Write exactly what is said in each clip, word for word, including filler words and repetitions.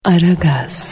Aragaz.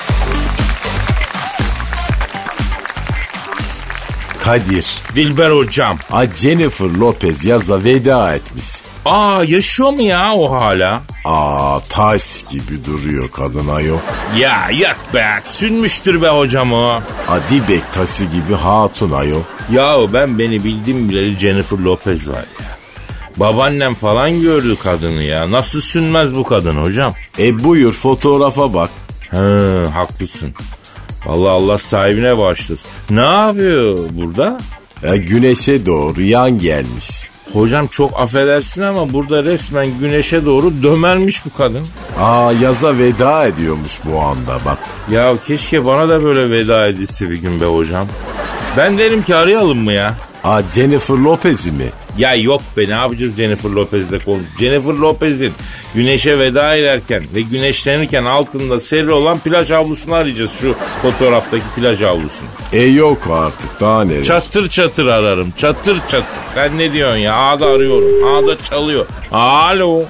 Kadir. Dilber hocam. A Jennifer Lopez yaza veda etmiş. Aa, yaşıyor mu ya o hala? Aa, taş gibi duruyor kadın ayol. Ya yok be, sünmüştür be hocam o. Adibek taşı gibi hatun ayol. Ya ben beni bildim bileli Jennifer Lopez var ya. Babaannem falan gördü kadını ya. Nasıl sünmez bu kadın hocam? E buyur fotoğrafa bak. He, haklısın. Vallahi Allah sahibine bağışlasın. Ne yapıyor burada? E, güneşe doğru yan gelmiş. Hocam çok affedersin ama burada resmen güneşe doğru dömelmiş bu kadın. Aa, yaza veda ediyormuş bu anda bak. Ya keşke bana da böyle veda edilse bir gün be hocam. Ben derim ki arayalım mı ya? Aa, Jennifer Lopez'i mi? Ya yok be, ne yapacağız Jennifer Lopez'le konu? Jennifer Lopez'in güneşe veda ederken ve güneşlenirken altında seri olan plaj havlusunu arayacağız, şu fotoğraftaki plaj havlusunu. E yok artık, daha neler? Çatır çatır ararım, çatır çatır. Sen ne diyorsun ya? Ağda arıyorum, ağda çalıyor. Alo.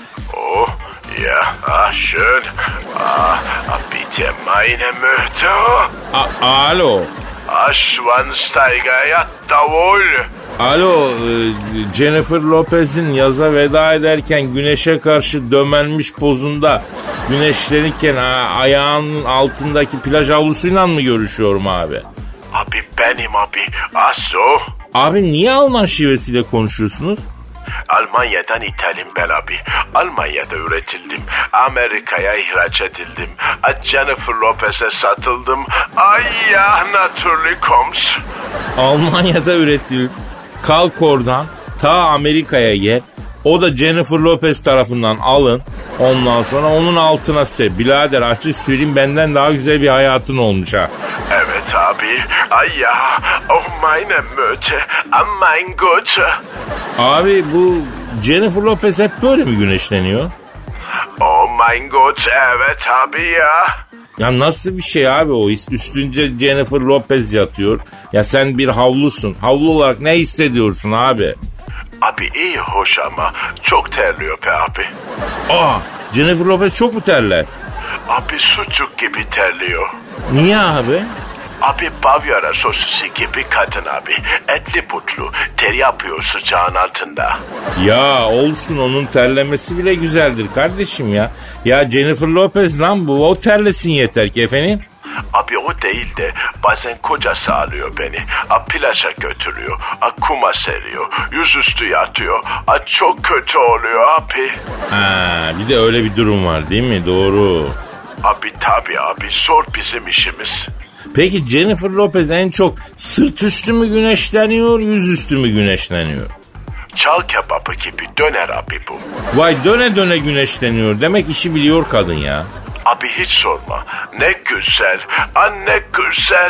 Oh ja, ah schön. Ah, bitte meine Mutter. A- Alo. Ah, Schwansteiger, ja, jawohl. Alo, Jennifer Lopez'in yaza veda ederken güneşe karşı dömelmiş pozunda güneşlenirken ayağının altındaki plaj havlusuyla mı görüşüyorum abi? Abi benim abi. Ah so. Abi niye Alman şivesiyle konuşuyorsunuz? Almanya'dan ithalim ben abi. Almanya'da üretildim. Amerika'ya ihraç edildim. Jennifer Lopez'e satıldım. Ay ya, natürlich kommt's. Almanya'da üretildi. Kalk oradan ta Amerika'ya gel. O da Jennifer Lopez tarafından alın. Ondan sonra onun altına sev. Birader açık söyleyeyim, benden daha güzel bir hayatın olmuş ha. Evet abi. Ay ya. Oh meine Mutter. Oh mein Gott. Abi bu Jennifer Lopez hep böyle mi güneşleniyor? Oh mein Gott. Evet abi ya. Ya nasıl bir şey abi o? Üstünce Jennifer Lopez yatıyor. Ya sen bir havlusun. Havlu olarak ne hissediyorsun abi? Abi iyi hoş ama çok terliyor be abi. Aa, Jennifer Lopez çok mu terler? Abi sucuk gibi terliyor. Niye abi? Abi Bavyera sosisi gibi kadın abi. Etli butlu. Ter yapıyor sıcağın altında. Ya olsun, onun terlemesi bile güzeldir kardeşim ya. Ya Jennifer Lopez lan bu. O terlesin yeter ki efendim. Abi o değil de bazen kocası alıyor beni. A plaja götürüyor. A kuma seriyor. Yüzüstü yatıyor. A çok kötü oluyor abi. Ha, bir de öyle bir durum var değil mi? Doğru. Abi tabii abi, zor bizim işimiz. Peki Jennifer Lopez en çok sırt üstü mü güneşleniyor, yüzüstü mü güneşleniyor? Çal kebabı gibi döner abi bu. Vay, döne döne güneşleniyor. Demek işi biliyor kadın ya. Abi hiç sorma. Ne güzel. Anne güzel.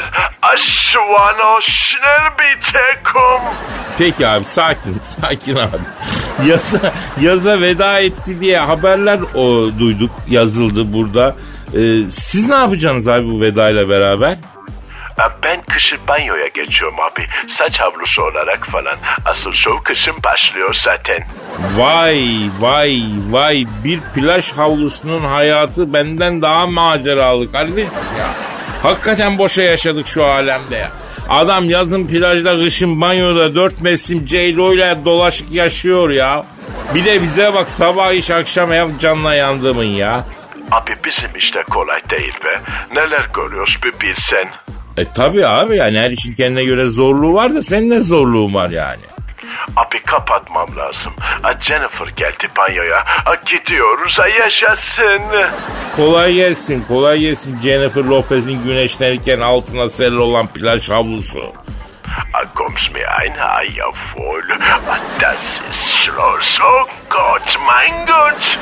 Aşvano schnell bitte komm. Peki abi, sakin sakin abi. Yaza, yaza veda etti diye haberler o, duyduk, yazıldı burada. Ee, siz ne yapacaksınız abi bu vedayla beraber? Ben kışın banyoya geçiyorum abi. Saç havlusu olarak falan. Asıl şov kışın başlıyor zaten. Vay vay vay, bir plaj havlusunun hayatı benden daha maceralı kardeşim ya. Hakikaten boşa yaşadık şu alemde ya. Adam yazın plajda, kışın banyoda, dört mevsim J-Lo ile dolaşık yaşıyor ya. Bir de bize bak, sabah iş akşam ev, canla yandımın ya. Abi bizim işte kolay değil be. Neler görüyoruz bir bilsen. E tabi abi, yani her işin kendine göre zorluğu var da senin de zorluğun var yani. Abi kapatmam lazım. A Jennifer geldi banyoya. A gidiyoruz, a yaşasın. Kolay gelsin, kolay gelsin Jennifer Lopez'in güneşlenirken altına serili olan plaj havlusu. A kommst mir ein, a jawohl. A das ist Schluss. Oh Gott, mein Gott.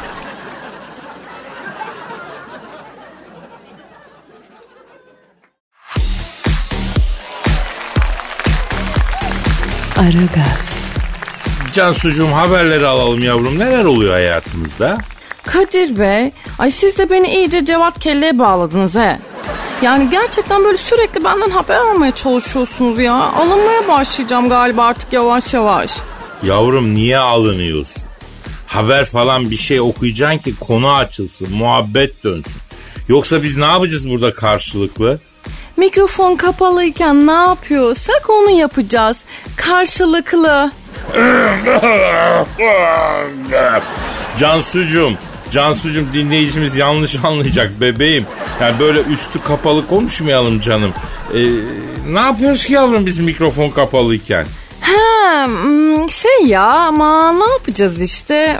Aragaz. Cansucuğum, haberleri alalım yavrum. Neler oluyor hayatımızda? Kadir Bey, ay siz de beni iyice Cevat Kelle'ye bağladınız he. Yani gerçekten böyle sürekli benden haber almaya çalışıyorsunuz ya. Alınmaya başlayacağım galiba artık yavaş yavaş. Yavrum niye alınıyorsun? haber falan bir şey okuyacaksın ki konu açılsın, muhabbet dönsün. Yoksa biz ne yapacağız burada karşılıklı? Mikrofon kapalıyken ne yapıyorsak onu yapacağız. Karşılıklı. Cansucuğum, Cansucuğum dinleyicimiz yanlış anlayacak bebeğim. Yani böyle üstü kapalı konuşmayalım canım. Ee, ne yapıyoruz ki yavrum biz mikrofon kapalıyken? Ha, şey ya ama ne yapacağız işte.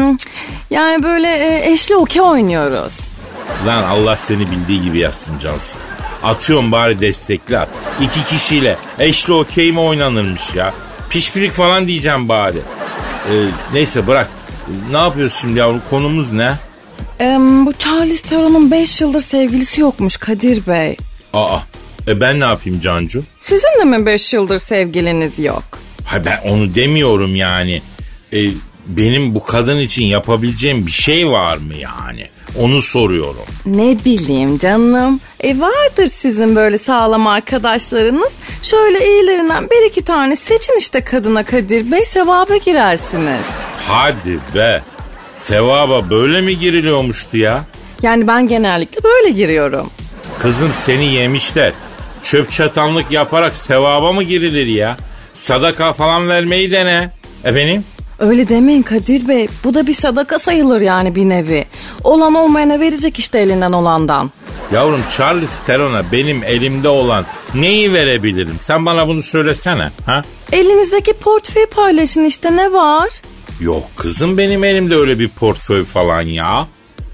Yani böyle eşli okey oynuyoruz. Lan Allah seni bildiği gibi yapsın Cansu. Atıyorum bari destekli at. İki kişiyle eşli okey mi oynanırmış ya? Pişpirik falan diyeceğim bari. Ee, neyse bırak. Ne yapıyoruz şimdi yavrum? Konumuz ne? Ee, bu Charlize Theron'un beş yıldır sevgilisi yokmuş Kadir Bey. Aa, e ben ne yapayım Cancu? Sizin de mi beş yıldır sevgiliniz yok? Ha ben onu demiyorum yani. Ee, benim bu kadın için yapabileceğim bir şey var mı yani? Onu soruyorum. Ne bileyim canım. E vardır sizin böyle sağlam arkadaşlarınız. Şöyle iyilerinden bir iki tane seçin işte kadına Kadir Bey, sevaba girersiniz. Hadi be. Sevaba böyle mi giriliyormuştu ya? Yani ben genellikle böyle giriyorum. Kızım seni yemişler. Çöp çatanlık yaparak sevaba mı girilir ya? Sadaka falan vermeyi dene. Efendim? Öyle demeyin Kadir Bey. Bu da bir sadaka sayılır yani bir nevi. Olan olmayana verecek işte elinden olandan. Yavrum Charlize Theron'a benim elimde olan neyi verebilirim? Sen bana bunu söylesene. Ha? Elinizdeki portföyü paylaşın işte, ne var? Yok kızım benim elimde öyle bir portföy falan ya.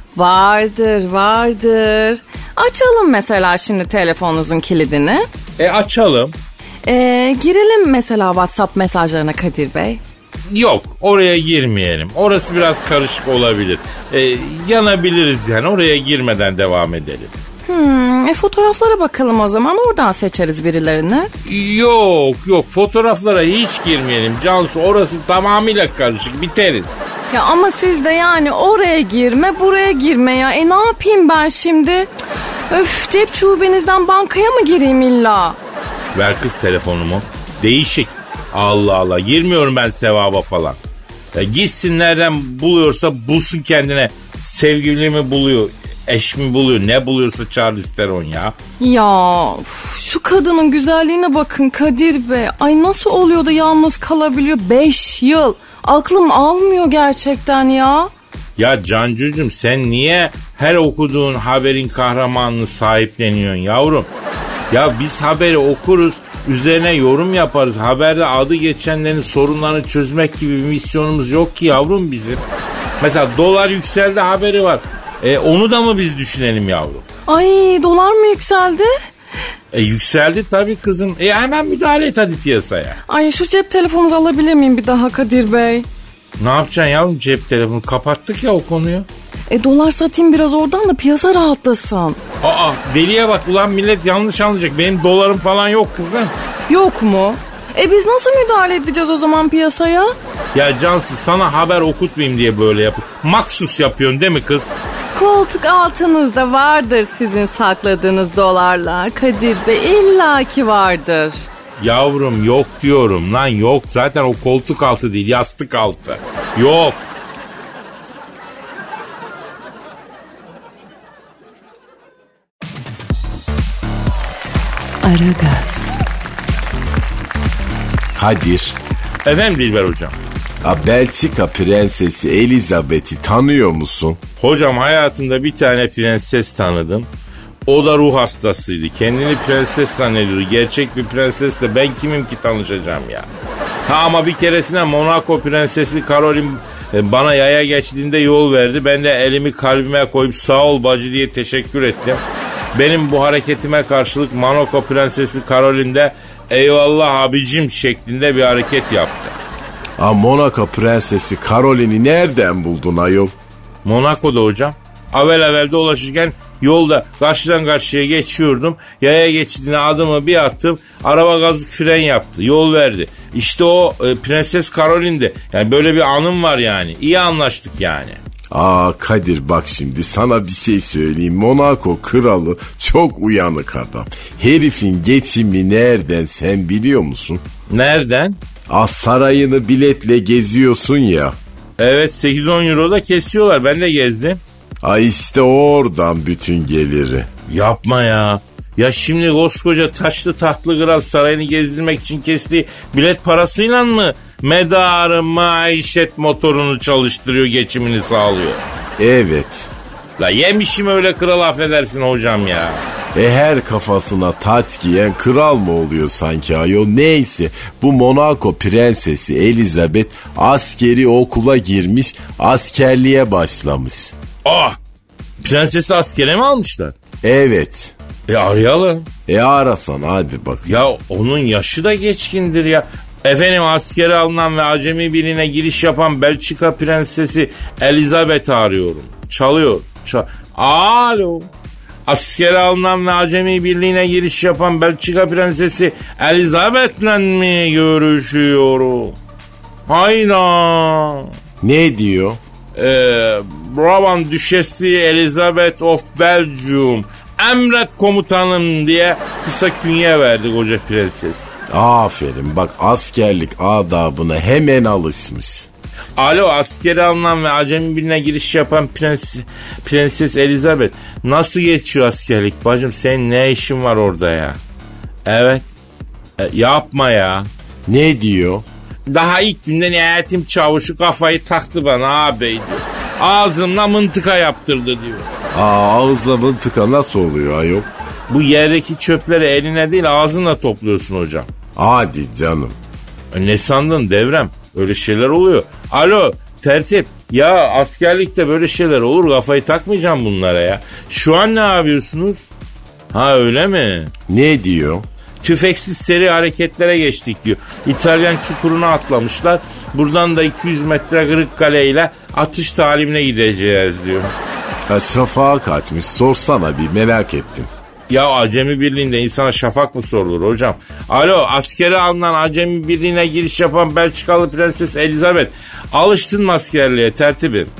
Vardır vardır. Açalım mesela şimdi telefonunuzun kilidini. E açalım. E, girelim mesela WhatsApp mesajlarına Kadir Bey. Yok oraya girmeyelim. Orası biraz karışık olabilir. E, yanabiliriz yani, oraya girmeden devam edelim. Hmm, e fotoğraflara bakalım o zaman, oradan seçeriz birilerini. Yok yok fotoğraflara hiç girmeyelim Cansu, orası tamamıyla karışık, biteriz. Ya ama siz de yani oraya girme buraya girme ya. E ne yapayım ben şimdi? Öf, cep şubenizden bankaya mı gireyim illa? Ver kız telefonumu. Değişik. Allah Allah, girmiyorum ben sevaba falan. Ya gitsin nereden buluyorsa bulsun kendine. Sevgili mi buluyor, eş mi buluyor, ne buluyorsa Charlize Theron ya. Ya uf, şu kadının güzelliğine bakın Kadir Bey. Ay nasıl oluyor da yalnız kalabiliyor beş yıl. Aklım almıyor gerçekten ya. Ya Cancucuğum sen niye her okuduğun haberin kahramanını sahipleniyorsun yavrum? Ya biz haberi okuruz, üzerine yorum yaparız. Haberde adı geçenlerin sorunlarını çözmek gibi bir misyonumuz yok ki yavrum bizim. Mesela dolar yükseldi haberi var. E, onu da mı biz düşünelim yavrum? Ay dolar mı yükseldi? E yükseldi tabii kızım. E hemen müdahale et hadi piyasaya. Ay şu cep telefonunuzu alabilir miyim bir daha Kadir Bey? Ne yapacaksın yavrum cep telefonu? Kapattık ya o konuyu. E dolar satayım biraz oradan da piyasa rahatlasın. Aa deliye bak ulan, millet yanlış anlayacak. Benim dolarım falan yok kızım. Yok mu? E biz nasıl müdahale edeceğiz o zaman piyasaya? Ya Cansu sana haber okutmayayım diye böyle yap. Maksus yapıyorsun değil mi kız? Koltuk altınızda vardır sizin sakladığınız dolarlar Kadir Bey, illaki vardır. Yavrum yok diyorum lan, yok. Zaten o koltuk altı değil, yastık altı. Yok. Aragaz. Kadir, Efendim Dilber hocam. a Belçika prensesi Elizabeth'i tanıyor musun? Hocam hayatımda bir tane prenses tanıdım. O da ruh hastasıydı. Kendini prenses zannediyordu. Gerçek bir prensesle ben kimim ki tanışacağım ya. Ha ama bir keresine Monaco prensesi Caroline bana yaya geçtiğinde yol verdi. Ben de elimi kalbime koyup sağ ol bacı diye teşekkür ettim. Benim bu hareketime karşılık Monaco prensesi Caroline de eyvallah abicim şeklinde bir hareket yaptı. A Monaco prensesi Caroline'i nereden buldun ayol? Monaco'da hocam. Avel avel dolaşırken yolda karşıdan karşıya geçiyordum. Yaya geçtiğine adımı bir attım. Araba gazlık fren yaptı. Yol verdi. İşte o e, Prenses Caroline'di. Yani böyle bir anım var yani. İyi anlaştık yani. Aa Kadir bak şimdi sana bir şey söyleyeyim. Monaco kralı çok uyanık adam. Herifin geçimi nereden sen biliyor musun? Nereden? Aa sarayını biletle geziyorsun ya. Evet, sekiz on euro da kesiyorlar, ben de gezdim. Ay işte oradan bütün geliri. Yapma ya. Ya şimdi koskoca taşlı tahtlı kral sarayını gezdirmek için kestiği bilet parasıyla mı medarı maişet motorunu çalıştırıyor, geçimini sağlıyor? Evet. La yemişim öyle kral, affedersin hocam ya. E her kafasına taç giyen kral mı oluyor sanki ayol? Neyse, bu Monaco prensesi Elizabeth askeri okula girmiş, askerliğe başlamış. Ah! Prensesi askere mi almışlar? Evet. E arayalım. E arasan hadi bak. Ya onun yaşı da geçkindir ya. Efendim, askere alınan ve acemi birliğine giriş yapan Belçika prensesi Elizabeth'i arıyorum. Çalıyor. Çal Alo. Askere alınan ve acemi birliğine giriş yapan Belçika prensesi Elizabeth'le mi görüşüyorum? Hayda. Ne diyor? Ee, Brabant Düşesi Elizabeth of Belgium, emret komutanım diye kısa künye verdi koca prenses. Aferin, bak askerlik adabına hemen alışmış. Alo, askeri alınan ve acemi birine giriş yapan prens, Prenses Elizabeth. Nasıl geçiyor askerlik bacım? Senin ne işin var orada ya? Evet. E, yapma ya. Ne diyor? Daha ilk günden eğitim çavuşu kafayı taktı bana ağabey diyor. Ağzımla mıntıka yaptırdı diyor. Aa, ağızla mıntıka nasıl oluyor ayol? Bu yerdeki çöpleri eline değil ağzınla topluyorsun hocam. Hadi canım. E, ne sandın devrem? Öyle şeyler oluyor. Alo tertip. Ya askerlikte böyle şeyler olur, kafayı takmayacağım bunlara ya. Şu an ne yapıyorsunuz? Ha öyle mi? Ne diyor? Tüfeksiz seri hareketlere geçtik diyor. İtalyan çukuruna atlamışlar. Buradan da iki yüz metre Kırıkkale ile atış talimine gideceğiz diyor. Ha, şafağa kaçmış, sorsana bir, merak ettim. Ya acemi birliğinde insana şafak mı sorulur hocam? Alo, askere alınan acemi birliğine giriş yapan Belçikalı Prenses Elizabeth. Alıştın mı askerliğe tertibim?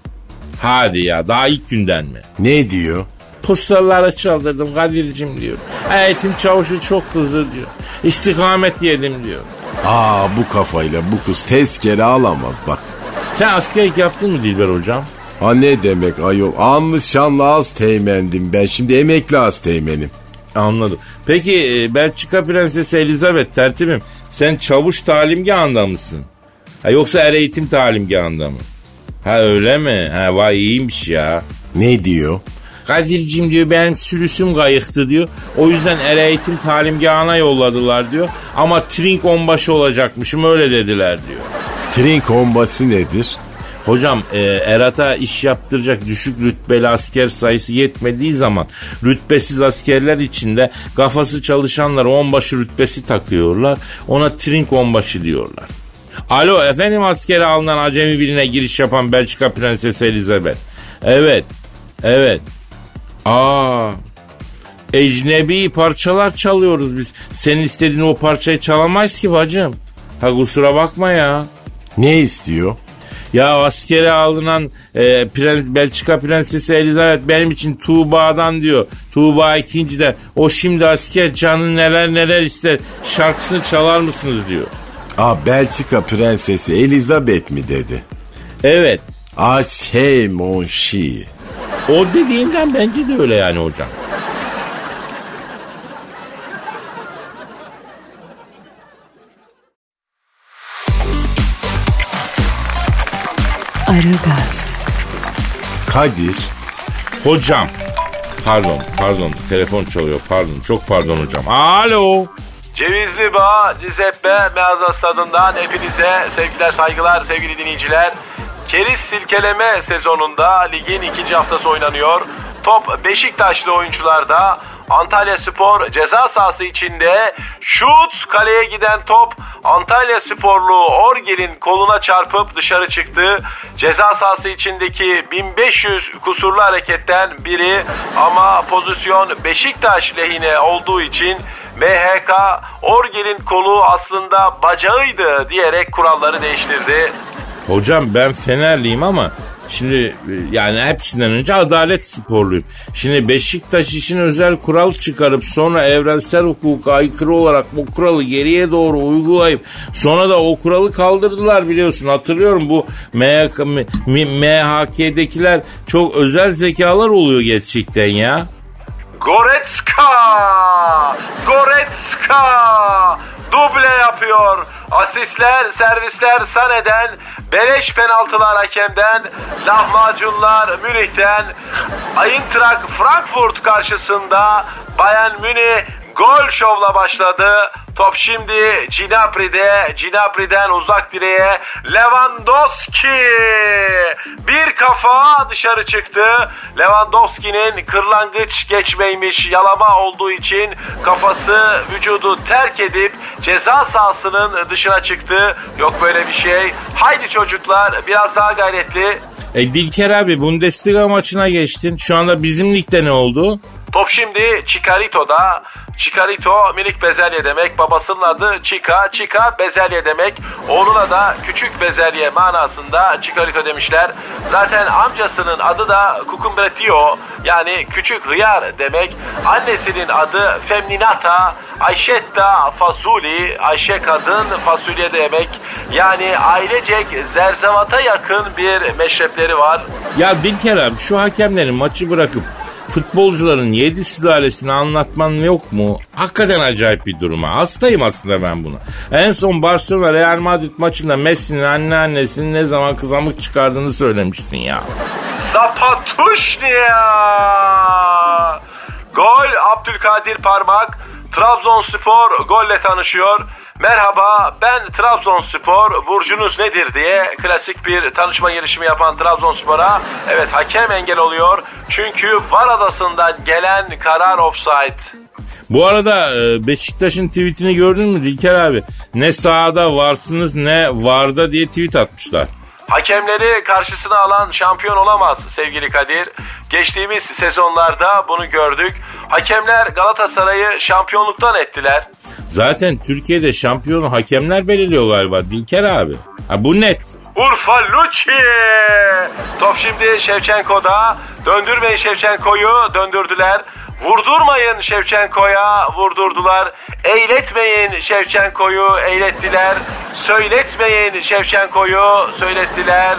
Hadi ya, daha ilk günden mi? Ne diyor? Postaları çaldırdım Kadir'cim diyor. Eğitim çavuşu çok kızdı diyor. İstikamet yedim diyor. Aa, bu kafayla bu kız tezkere alamaz bak. Sen askerlik yaptın mı Dilber hocam? Ha ne demek ayol? Anlı şanlı az teğmendim ben. Şimdi emekli az teğmenim. Anladım. Peki Belçika Prensesi Elizabeth tertibim, sen çavuş talimgahında mısın? Ha, yoksa er eğitim talimgahında mı? Ha öyle mi? Ha vay, iyiymiş ya. Ne diyor? Kadir'cim diyor, benim sürüsüm kayıktı diyor. O yüzden er eğitim talimgahına yolladılar diyor. Ama trink onbaşı olacakmışım, öyle dediler diyor. Trink onbaşı nedir? Hocam e, Erat'a iş yaptıracak düşük rütbeli asker sayısı yetmediği zaman rütbesiz askerler içinde kafası çalışanlara onbaşı rütbesi takıyorlar. Ona trink onbaşı diyorlar. Alo efendim, askere alınan acemi birine giriş yapan Belçika Prensesi Elizabeth. Evet. Evet. Aa. Ecnebi parçalar çalıyoruz biz. Senin istediğin o parçayı çalamayız ki bacım. Ha kusura bakma ya. Ne istiyor? Ya askere alınan e, prens, Belçika Prensesi Elizabeth benim için Tuğba'dan diyor. Tuğba ikinciden. O şimdi asker, canı neler neler ister. Şarkısını çalar mısınız diyor. Aa, Belçika Prensesi Elizabeth mi dedi? Evet. Ah şey mon şi. O dediğinden bence de öyle yani hocam. Aragaz. Kadir. Hocam. Pardon, pardon. Telefon çalıyor. Pardon. Çok pardon hocam. Alo. Cevizli Bağ, Cizeppe, Meazza Stadı'ndan hepinize sevgiler, saygılar sevgili dinleyiciler. Keriz silkeleme sezonunda ligin ikinci haftası oynanıyor. Top Beşiktaşlı oyuncularda. Antalya Spor ceza sahası içinde şut, kaleye giden top Antalya Sporlu Orgel'in koluna çarpıp dışarı çıktı. Ceza sahası içindeki bin beş yüz kusurlu hareketten biri, ama pozisyon Beşiktaş lehine olduğu için M H K Orgel'in kolu aslında bacağıydı diyerek kuralları değiştirdi. Hocam ben Fenerliyim ama Şimdi yani hepsinden önce adalet sporluyum. Şimdi Beşiktaş için özel kural çıkarıp sonra evrensel hukuka aykırı olarak bu kuralı geriye doğru uygulayıp sonra da o kuralı kaldırdılar biliyorsun. Hatırlıyorum bu M H K'dekiler çok özel zekalar oluyor gerçekten ya. Goretzka! Goretzka! Duble yapıyor. Asistler, servisler Sané'den, beleş penaltılar hakemden, lahmacunlar Münih'ten, Eintracht Frankfurt karşısında Bayern Münih gol şovla başladı. Top şimdi Ginapri'de, Ginapri'den uzak direğe Lewandowski. Bir kafa dışarı çıktı. Lewandowski'nin kırlangıç geçmeymiş yalama olduğu için kafası vücudu terk edip ceza sahasının dışına çıktı. Yok böyle bir şey. Haydi çocuklar biraz daha gayretli. E Dilker abi Bundesliga maçına geçtin. Şu anda bizim ligde ne oldu? Top şimdi Chicharito'da. Chicarito minik bezelye demek. Babasının adı Chica. Chica bezelye demek. Oğluna da küçük bezelye manasında Chicarito demişler. Zaten amcasının adı da Cucumbretio. Yani küçük hıyar demek. Annesinin adı Femninata. Ayşetta Fasuli. Ayşe kadın, fasulye demek. Yani ailecek zerzavata yakın bir meşrepleri var. Ya Dilker abi şu hakemlerin maçı bırakıp futbolcuların yedi sülalesini anlatman yok mu? Hakikaten acayip bir durum. Hastayım aslında ben buna. En son Barcelona Real Madrid maçında Messi'nin anneannesinin ne zaman kızamık çıkardığını söylemiştin ya. Zapatuşnia! Gol Abdülkadir Parmak. Trabzonspor golle tanışıyor. Merhaba ben Trabzonspor, burcunuz nedir diye klasik bir tanışma girişimi yapan Trabzonspor'a evet hakem engel oluyor. Çünkü VAR adasından gelen karar offside. Bu arada Beşiktaş'ın tweetini gördün mü Dilker abi? Ne sahada varsınız ne varda diye tweet atmışlar. Hakemleri karşısına alan şampiyon olamaz sevgili Kadir. Geçtiğimiz sezonlarda bunu gördük. Hakemler Galatasaray'ı şampiyonluktan ettiler. Zaten Türkiye'de şampiyonu hakemler belirliyor galiba Dilker abi. Ha bu net. Urfa Luci. Top şimdi Şevçenko'da. Döndürmeyin Şevçenko'yu, döndürdüler. Vurdurmayın Şevçenko'ya, vurdurdular. Eğletmeyin Şevçenko'yu, eğlettiler. Söyletmeyin Şevçenko'yu, söylettiler.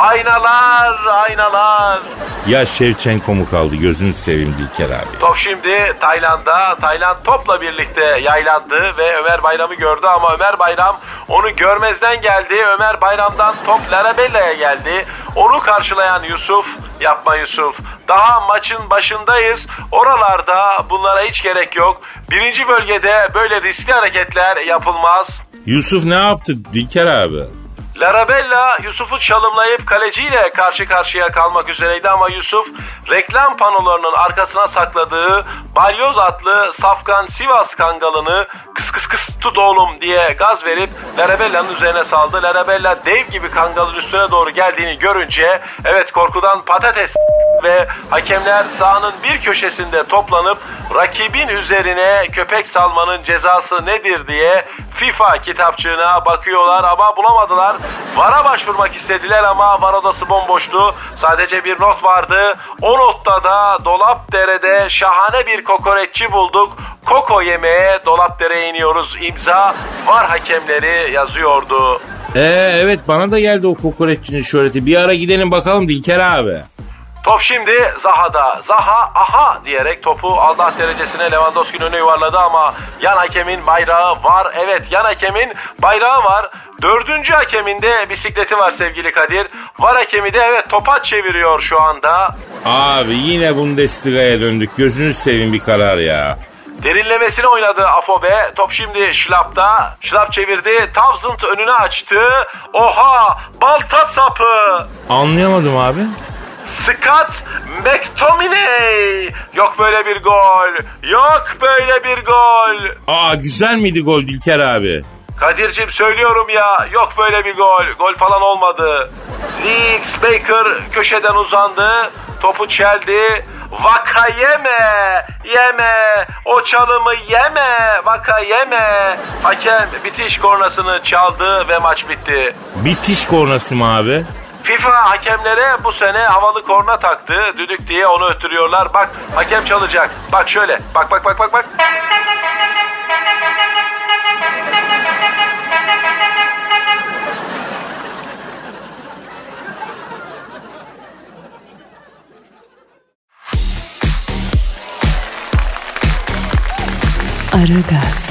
Aynalar, aynalar. Ya Şevçenko mu kaldı gözünü seveyim Dilker abi. Top şimdi Tayland'da. Tayland topla birlikte yaylandı ve Ömer Bayram'ı gördü ama Ömer Bayram onu görmezden geldi. Ömer Bayram'dan top Larabella'ya geldi. Onu karşılayan Yusuf, yapma Yusuf. Daha maçın başındayız. Oralarda bunlara hiç gerek yok. Birinci bölgede böyle riskli hareketler yapılmaz. Yusuf ne yaptı Dilker abi? Larabella Yusuf'u çalımlayıp kaleciyle karşı karşıya kalmak üzereydi ama Yusuf reklam panolarının arkasına sakladığı balyoz atlı safkan Sivas kangalını kıs kıs kıs tut oğlum diye gaz verip Larabella'nın üzerine saldı. Larabella dev gibi kangalın üstüne doğru geldiğini görünce evet korkudan patates ve hakemler sahanın bir köşesinde toplanıp rakibin üzerine köpek salmanın cezası nedir diye FIFA kitapçığına bakıyorlar ama bulamadılar. VAR'a başvurmak istediler ama VAR odası bomboştu. Sadece bir not vardı. O notta da Dolapdere'de şahane bir kokoreççi bulduk. Koko yemeye Dolapdere'ye iniyoruz. İmza VAR hakemleri yazıyordu. Ee, evet bana da geldi o kokoreççinin şöhreti. Bir ara gidelim bakalım Dilker abi. Top şimdi Zaha'da. Zaha aha diyerek topu Allah derecesine Lewandowski'nin önüne yuvarladı ama yan hakemin bayrağı var. Evet yan hakemin bayrağı var. Dördüncü hakemin de bisikleti var sevgili Kadir. VAR hakemi de evet topa çeviriyor şu anda. Abi yine Bundesliga'ya döndük. Gözünü seveyim bir karar ya. Derinlemesine oynadı Afobe. Top şimdi Schlapp'ta. Schlapp çevirdi. Townsend önüne açtı. Oha! Balta sapı. Anlayamadım abi. Scott McTominay. Yok böyle bir gol. Yok böyle bir gol. Aa güzel miydi gol Dilker abi? Kadir'cim söylüyorum ya. Yok böyle bir gol. Gol falan olmadı. Leeks Baker köşeden uzandı. Topu çeldi. Vaka yeme. Yeme. O çalımı yeme. Vaka yeme. Hakem bitiş kornasını çaldı ve maç bitti. Bitiş kornası mı abi? FIFA hakemlere bu sene havalı korna taktı. Düdük diye onu öttürüyorlar. Bak hakem çalacak. Bak şöyle. Bak bak bak bak bak. Aragaz.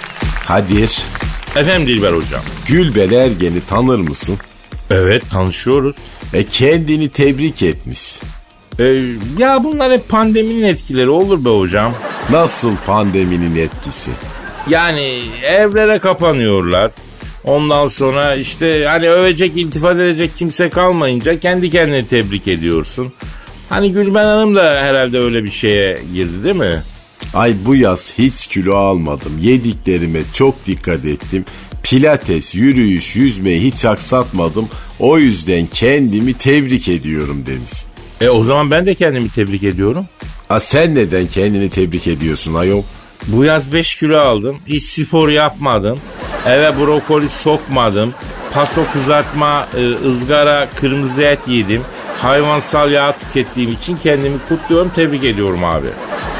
Kadir, Efendim Dilber hocam. Gülben Ergen'i tanır mısın? Evet, tanışıyoruz. E kendini tebrik etmiş. Ee, ya bunlar hep pandeminin etkileri olur be hocam. Nasıl pandeminin etkisi? Yani evlere kapanıyorlar. Ondan sonra işte hani övecek, iltifat edecek kimse kalmayınca kendi kendine tebrik ediyorsun. Hani Gülben Hanım da herhalde öyle bir şeye girdi değil mi? Ay bu yaz hiç kilo almadım. Yediklerime çok dikkat ettim. Pilates, yürüyüş, yüzmeyi hiç aksatmadım. O yüzden kendimi tebrik ediyorum demiş. E o zaman ben de kendimi tebrik ediyorum. A sen neden kendini tebrik ediyorsun ayol? Bu yaz beş kilo aldım. Hiç spor yapmadım. Eve brokoli sokmadım. Paso kızartma, ı, ızgara, kırmızı et yedim. Hayvansal yağ tükettiğim için kendimi kutluyorum, tebrik ediyorum abi.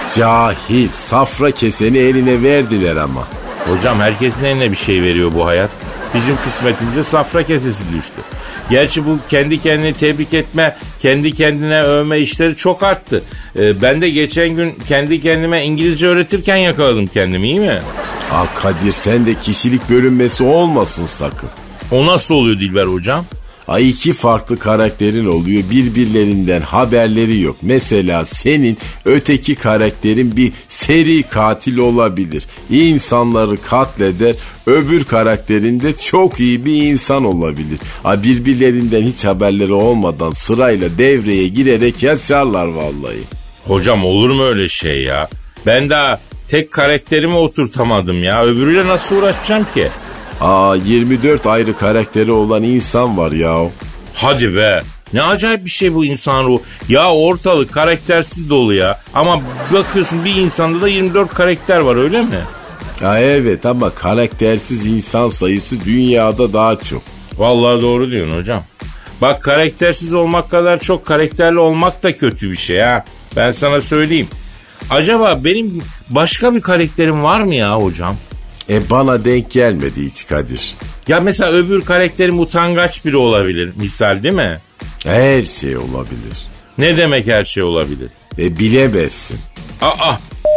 Cahil, safra keseni eline verdiler ama. Hocam herkesin eline bir şey veriyor bu hayat. Bizim kısmetimize safra kesesi düştü. Gerçi bu kendi kendini tebrik etme, kendi kendine övme işleri çok arttı. Ee, ben de geçen gün kendi kendime İngilizce öğretirken yakaladım kendimi, iyi mi? Aa Kadir sen de kişilik bölünmesi olmasın sakın. O nasıl oluyor Dilber hocam? Ay iki farklı karakterin oluyor, birbirlerinden haberleri yok. Mesela senin öteki karakterin bir seri katil olabilir. İnsanları katleder, öbür karakterin de çok iyi bir insan olabilir. Ay birbirlerinden hiç haberleri olmadan sırayla devreye girerek yaşarlar vallahi. Hocam olur mu öyle şey ya? Ben daha tek karakterimi oturtamadım ya. Öbürüyle nasıl uğraşacağım ki? Aa yirmi dört ayrı karakteri olan insan var ya. Hadi be. Ne acayip bir şey bu insan ruhu. Ya ortalık karaktersiz dolu ya. Ama bakıyorsun bir insanda da yirmi dört karakter var, öyle mi? Ya evet ama karaktersiz insan sayısı dünyada daha çok. Vallahi doğru diyorsun hocam. Bak karaktersiz olmak kadar çok karakterli olmak da kötü bir şey ha. Ben sana söyleyeyim. Acaba benim başka bir karakterim var mı ya hocam? E bana denk gelmedi hiç Kadir. Ya mesela öbür karakterim utangaç biri olabilir misal, değil mi? Her şey olabilir. Ne demek her şey olabilir? E bilemezsin. Aa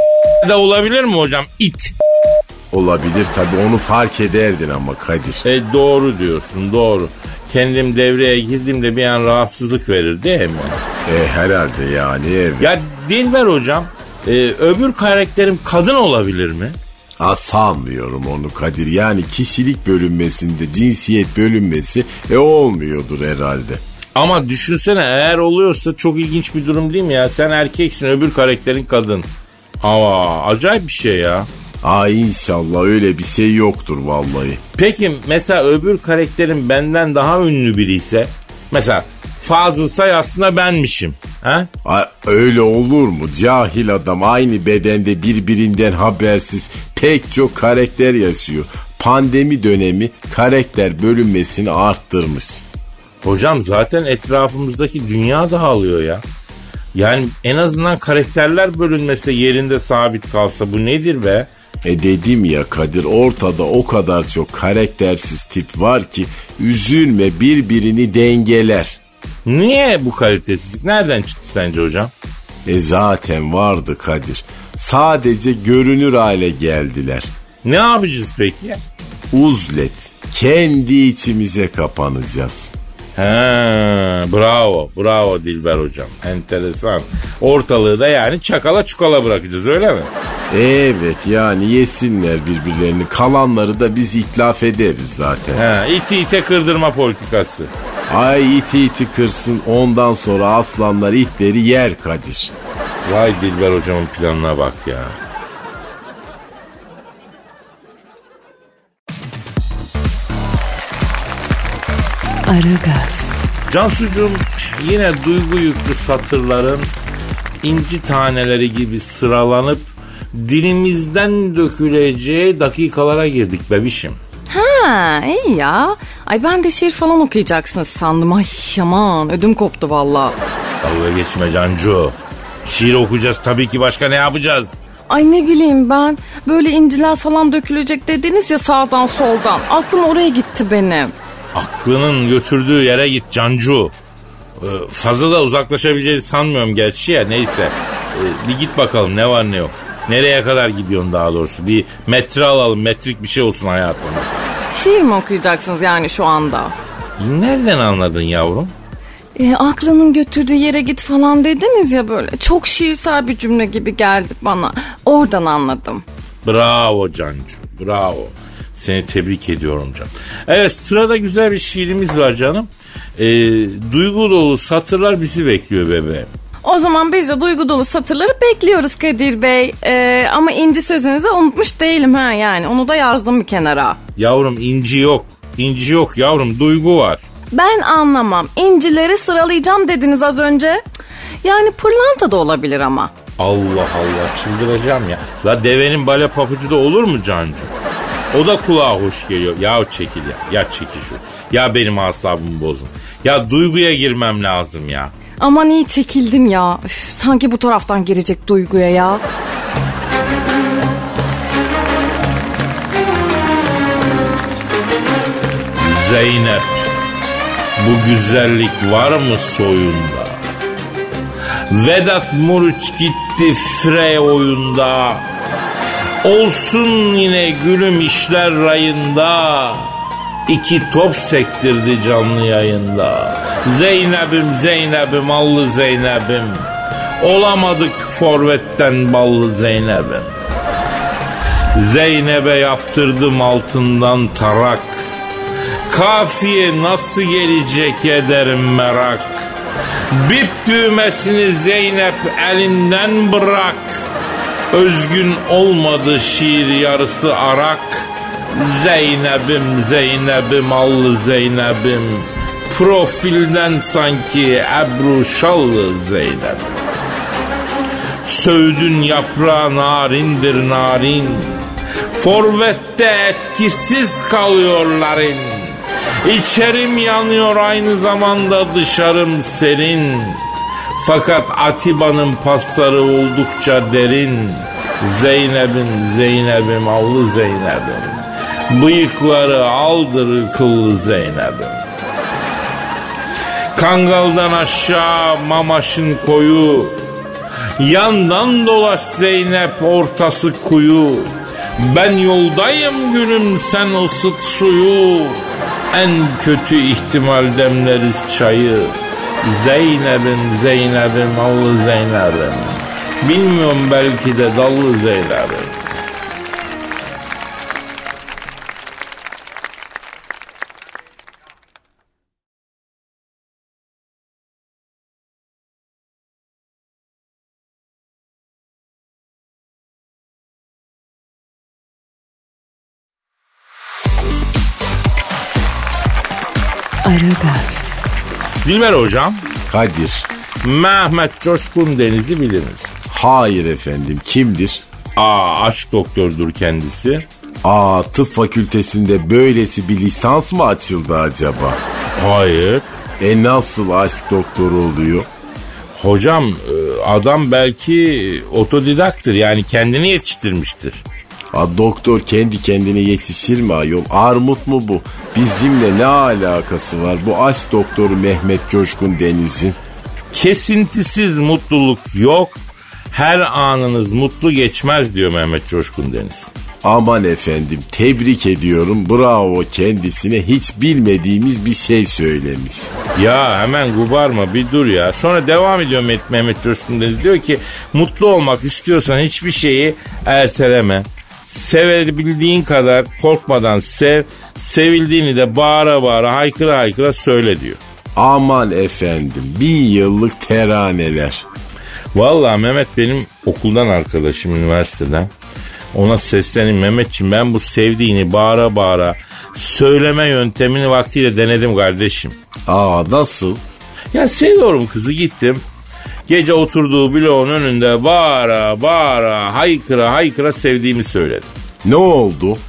da olabilir mi hocam? İt. Olabilir tabii, onu fark ederdin ama Kadir. E doğru diyorsun, doğru. Kendim devreye girdiğimde bir an rahatsızlık verir değil mi? E herhalde yani evet. Ya Dilber hocam, e, öbür karakterim kadın olabilir mi? Ha, sanmıyorum onu Kadir. Yani kişilik bölünmesinde cinsiyet bölünmesi e olmuyordur herhalde. Ama düşünsene, eğer oluyorsa çok ilginç bir durum değil mi ya? Sen erkeksin, öbür karakterin kadın. Aa, acayip bir şey ya. Aa inşallah öyle bir şey yoktur vallahi. Peki mesela öbür karakterin benden daha ünlü biri ise, mesela Fazıl Say aslında benmişim. Ha? Aa, öyle olur mu? Cahil adam, aynı bedende birbirinden habersiz pek çok karakter yaşıyor. Pandemi dönemi karakter bölünmesini arttırmış. Hocam zaten etrafımızdaki dünya dağılıyor ya. Yani en azından karakterler bölünmese, yerinde sabit kalsa, bu nedir be? E dedim ya Kadir, ortada o kadar çok karaktersiz tip var ki üzülme, birbirini dengeler. Niye bu kalitesizlik? Nereden çıktı sence hocam? E zaten vardı Kadir. Sadece görünür hale geldiler. Ne yapacağız peki? Uzlet. Kendi içimize kapanacağız. He, bravo, bravo Dilber hocam. Enteresan. Ortalığı da yani çakala çukala bırakacağız, öyle mi? Evet, yani yesinler birbirlerini. Kalanları da biz itlaf ederiz zaten. He, iti ite kırdırma politikası. Ay iti iti kırsın, ondan sonra aslanlar itleri yer Kadir. Vay Dilber hocamın planına bak ya. Aragaz. Cansucuğum, yine duygu yüklü satırların inci taneleri gibi sıralanıp dilimizden döküleceği dakikalara girdik bebişim. Ha Ha iyi ya. Ay ben de şiir falan okuyacaksınız sandım. Ay aman ödüm koptu valla. Dalga geçme Cancu. Şiir okuyacağız tabii ki, başka ne yapacağız? Ay ne bileyim ben, böyle inciler falan dökülecek dediniz ya sağdan soldan. Aklım oraya gitti benim. Aklının götürdüğü yere git Cancu. Ee, fazla da uzaklaşabileceğini sanmıyorum gerçi ya, neyse. Ee, bir git bakalım ne var ne yok. Nereye kadar gidiyorsun daha doğrusu? Bir metre alalım, metrik bir şey olsun hayatımızda. Şiir mi okuyacaksınız yani şu anda? Nereden anladın yavrum? E, aklının götürdüğü yere git falan dediniz ya böyle. Çok şiirsel bir cümle gibi geldi bana. Oradan anladım. Bravo Cancu, bravo. Seni tebrik ediyorum canım. Evet, sırada güzel bir şiirimiz var canım. Ee, duygu dolu satırlar bizi bekliyor bebeğim. O zaman biz de duygu dolu satırları bekliyoruz Kadir Bey. Ee, ama inci sözünüzü unutmuş değilim ha yani. Onu da yazdım bir kenara. Yavrum inci yok. İnci yok yavrum, duygu var. Ben anlamam. İncileri sıralayacağım dediniz az önce. Yani pırlanta da olabilir ama. Allah Allah, çıldıracağım ya. La devenin bale papucu da olur mu Cancu? O da kulağa hoş geliyor. Ya çekil ya. Ya çekil şu. Ya benim asabımı bozun. Ya duyguya girmem lazım ya. Aman iyi çekildim ya. Üf, sanki bu taraftan girecek duyguya ya. Zeynep, bu güzellik var mı soyunda? Vedat Muriç gitti Frey oyunda. Olsun yine gülüm işler rayında. İki top sektirdi canlı yayında. Zeynep'im Zeynep'im allı Zeynep'im. Olamadık forvetten ballı Zeynep'im. Zeynep'e yaptırdım altından tarak. Kafiye nasıl gelecek ederim merak. Bip düğmesini Zeynep elinden bırak. Özgün olmadı şiir yarısı arak. Zeynep'im Zeynep'im allı Zeynep'im. Profilden sanki Ebru Şallı Zeynep. Söğüdün yaprağı narindir narin. Forvette etkisiz kalıyorların. İçerim yanıyor aynı zamanda dışarım serin. Fakat Atiba'nın pasları oldukça derin. Zeynep'im Zeynep'im allı Zeynep'im. Bıyıkları aldır kıllı Zeynep'im. Kangaldan aşağı Mamaş'ın koyu. Yandan dolaş Zeynep ortası kuyu. Ben yoldayım gülüm sen ısıt suyu. En kötü ihtimal demleriz çayı. Zeynep'im Zeynep'im allı Zeynep'im. Bilmiyorum belki de dallı Zeynep'im. Aragaz. Dilber hocam. Kadir. Mehmet Coşkun Deniz'i bilir misin? Hayır efendim, kimdir? Aa, aşk doktorudur kendisi. Aa, tıp fakültesinde böylesi bir lisans mı açıldı acaba? Hayır. E nasıl aşk doktoru oluyor? Hocam adam belki otodidaktır, yani kendini yetiştirmiştir. A, doktor kendi kendine yetişir mi ayol? Armut mu bu? Bizimle ne alakası var bu aşk doktoru Mehmet Coşkun Deniz'in? Kesintisiz mutluluk yok. Her anınız mutlu geçmez diyor Mehmet Coşkun Deniz. Aman efendim, tebrik ediyorum, bravo kendisine, hiç bilmediğimiz bir şey söylemiş. Ya hemen gubarma, bir dur ya. Sonra devam ediyor Mehmet Coşkun Deniz, diyor ki mutlu olmak istiyorsan hiçbir şeyi erteleme. Sevebildiğin kadar korkmadan sev, sevildiğini de bağıra bağıra haykıra haykıra söyle diyor. Aman efendim, bin yıllık teraneler. Vallahi Mehmet benim okuldan arkadaşım, üniversiteden. Ona sesleneyim, Mehmetciğim ben bu sevdiğini bağıra bağıra söyleme yöntemini vaktiyle denedim kardeşim. Aa, nasıl? Ya seviyorum kızı, gittim. Gece oturduğu bloğun önünde bağıra bağıra haykıra haykıra sevdiğimi söyledim. Ne oldu?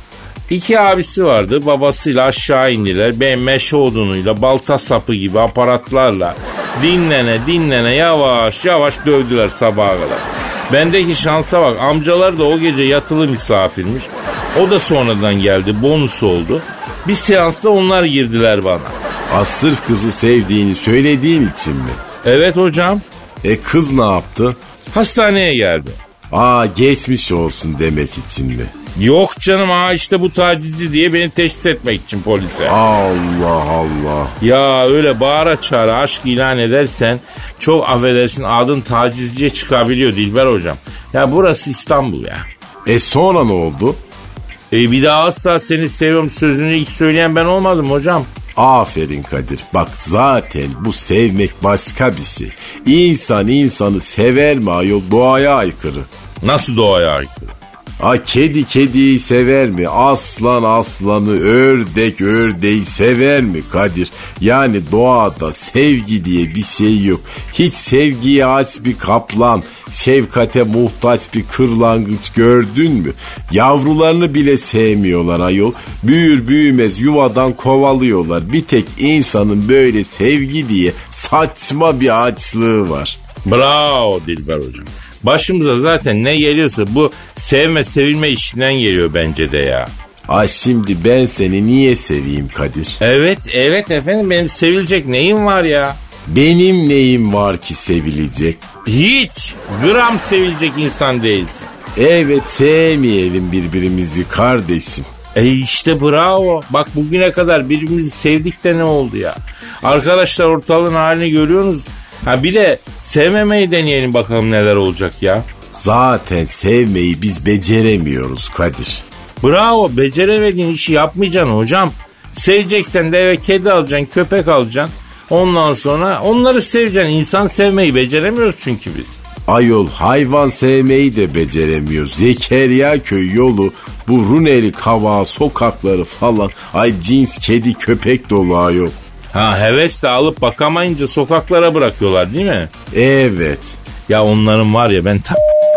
İki abisi vardı. Babasıyla aşağı indiler. Ben meşe odunuyla, balta sapı gibi aparatlarla dinlene dinlene yavaş yavaş dövdüler sabaha kadar. Bendeki şansa bak, amcalar da o gece yatılı misafirmiş. O da sonradan geldi, bonus oldu. Bir seansta onlar girdiler bana. Ha, sırf kızı sevdiğini söylediğin için mi? Evet hocam. E kız ne yaptı? Hastaneye geldi. Aa, geçmiş olsun demek için mi? Yok canım, ha işte bu tacizci diye beni teşhis etmek için polise. Allah Allah. Ya öyle bağıra çağıra aşk ilan edersen çok affedersin adın tacizciye çıkabiliyor Dilber hocam. Ya burası İstanbul ya. E sonra ne oldu? E bir daha asla seni seviyorum sözünü ilk söyleyen ben olmadım hocam. Aferin Kadir. Bak zaten bu sevmek başka bir şey. İnsan insanı sever mi ayol? Doğaya aykırı. Nasıl doğaya aykırı? Ha, kedi kediyi sever mi? Aslan aslanı, ördek ördeği sever mi Kadir? Yani doğada sevgi diye bir şey yok. Hiç sevgiye aç bir kaplan, şefkate muhtaç bir kırlangıç gördün mü? Yavrularını bile sevmiyorlar ayol. Büyür büyümez yuvadan kovalıyorlar. Bir tek insanın böyle sevgi diye saçma bir açlığı var. Bravo Dilber hocam. Başımıza zaten ne geliyorsa bu sevme sevilme işinden geliyor bence de ya. Ay şimdi ben seni niye seveyim Kadir? Evet evet efendim, benim sevilecek neyim var ya? Benim neyim var ki sevilecek? Hiç gram sevilecek insan değilsin. Evet, sevmeyelim birbirimizi kardeşim. E işte bravo. Bak bugüne kadar birbirimizi sevdik de ne oldu ya? Arkadaşlar ortalığın halini görüyorsunuz. Ha bir de sevmemeyi deneyelim bakalım neler olacak ya. Zaten sevmeyi biz beceremiyoruz Kadir. Bravo, beceremediğin işi yapmayacaksın hocam. Seveceksen de eve kedi alacaksın, köpek alacaksın. Ondan sonra onları seveceksin. İnsan sevmeyi beceremiyoruz çünkü biz. Ayol hayvan sevmeyi de beceremiyor. Zekeriya köy yolu, bu Runeli Kavağı sokakları falan. Ay cins kedi köpek dolu ayol. Ha hevesle alıp bakamayınca sokaklara bırakıyorlar değil mi? Evet. Ya onların var ya ben ta...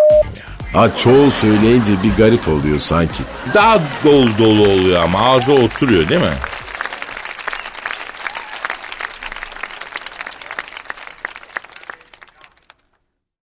Ha çoğu söyleyince bir garip oluyor sanki. Daha dolu dolu oluyor ama ağza oturuyor değil mi?